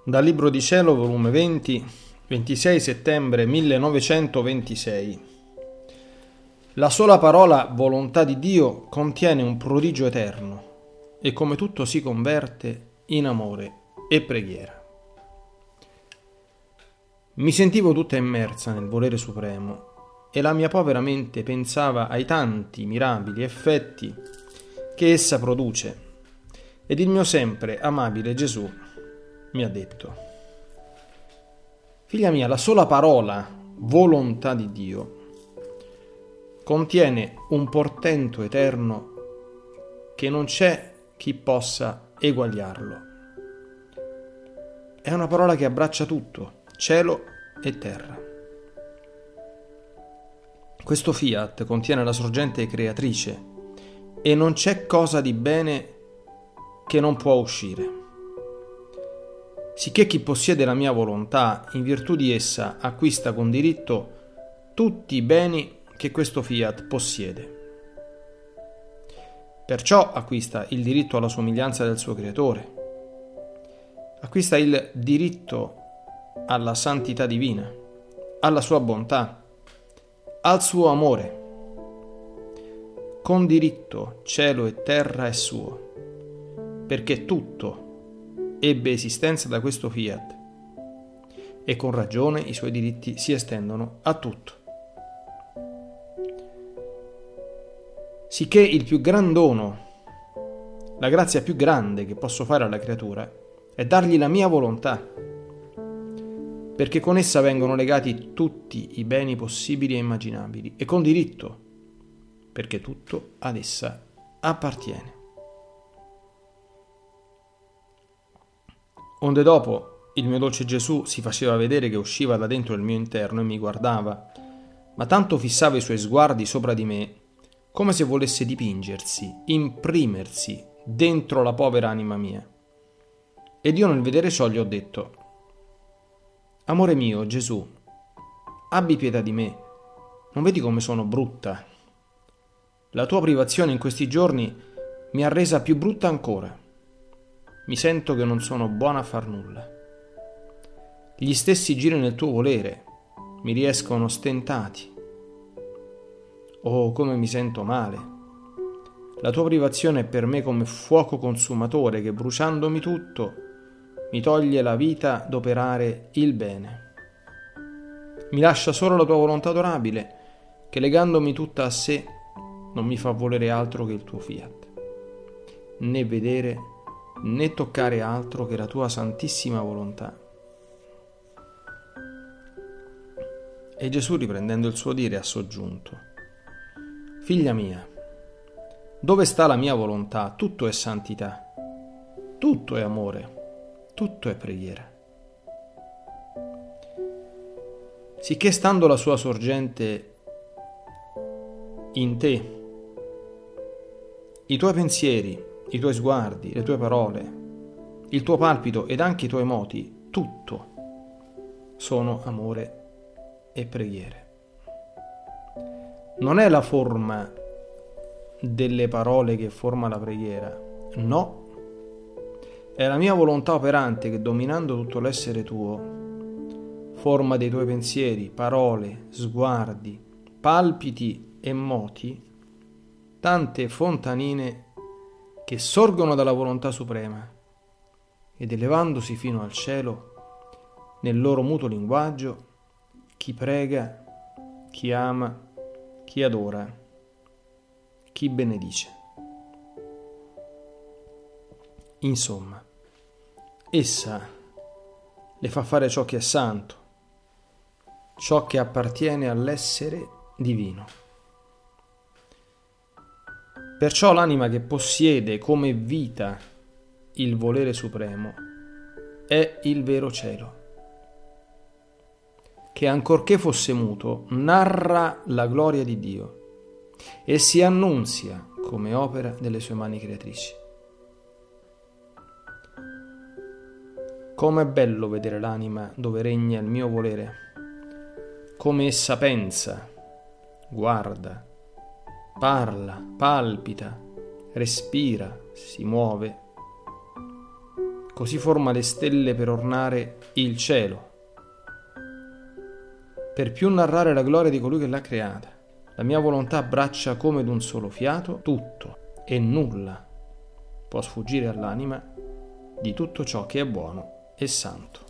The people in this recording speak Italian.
Dal Libro di Cielo, volume 20, 26 settembre 1926. La sola parola volontà di Dio contiene un prodigio eterno e come tutto si converte in amore e preghiera. Mi sentivo tutta immersa nel volere supremo e la mia povera mente pensava ai tanti mirabili effetti che essa produce ed il mio sempre amabile Gesù mi ha detto: figlia mia, la sola parola volontà di Dio contiene un portento eterno che non c'è chi possa eguagliarlo. È una parola che abbraccia tutto, cielo e terra. Questo fiat contiene la sorgente creatrice e non c'è cosa di bene che non può uscire. Sicché chi possiede la mia volontà, in virtù di essa, acquista con diritto tutti i beni che questo fiat possiede. Perciò acquista il diritto alla somiglianza del suo creatore, acquista il diritto alla santità divina, alla sua bontà, al suo amore. Con diritto cielo e terra è suo, perché tutto ebbe esistenza da questo fiat e con ragione i suoi diritti si estendono a tutto. Sicché il più gran dono, la grazia più grande che posso fare alla creatura è dargli la mia volontà, perché con essa vengono legati tutti i beni possibili e immaginabili e con diritto, perché tutto ad essa appartiene. Onde dopo il mio dolce Gesù si faceva vedere che usciva da dentro il mio interno e mi guardava, ma tanto fissava i suoi sguardi sopra di me, come se volesse dipingersi, imprimersi dentro la povera anima mia. Ed io nel vedere ciò gli ho detto: amore mio, Gesù, abbi pietà di me, non vedi come sono brutta? La tua privazione in questi giorni mi ha resa più brutta ancora. Mi sento che non sono buona a far nulla. Gli stessi giri nel tuo volere mi riescono stentati. Oh, come mi sento male. La tua privazione è per me come fuoco consumatore che, bruciandomi tutto, mi toglie la vita d'operare il bene. Mi lascia solo la tua volontà adorabile, che legandomi tutta a sé non mi fa volere altro che il tuo fiat, né vedere né toccare altro che la tua santissima volontà. E Gesù, riprendendo il suo dire, ha soggiunto: figlia mia, dove sta la mia volontà, tutto è santità, tutto è amore, tutto è preghiera. Sicché stando la sua sorgente in te, i tuoi pensieri, i tuoi sguardi, le tue parole, il tuo palpito ed anche i tuoi moti, tutto sono amore e preghiere. Non è la forma delle parole che forma la preghiera, no, è la mia volontà operante che, dominando tutto l'essere tuo, forma dei tuoi pensieri, parole, sguardi, palpiti e moti tante fontanine che sorgono dalla volontà suprema ed elevandosi fino al cielo, nel loro mutuo linguaggio, chi prega, chi ama, chi adora, chi benedice. Insomma, essa le fa fare ciò che è santo, ciò che appartiene all'essere divino. Perciò l'anima che possiede come vita il volere supremo è il vero cielo, che ancorché fosse muto narra la gloria di Dio e si annunzia come opera delle sue mani creatrici. Com'è bello vedere l'anima dove regna il mio volere, come essa pensa, guarda, parla, palpita, respira, si muove, così forma le stelle per ornare il cielo, per più narrare la gloria di colui che l'ha creata. La mia volontà abbraccia come d'un solo fiato tutto, e nulla può sfuggire all'anima di tutto ciò che è buono e santo.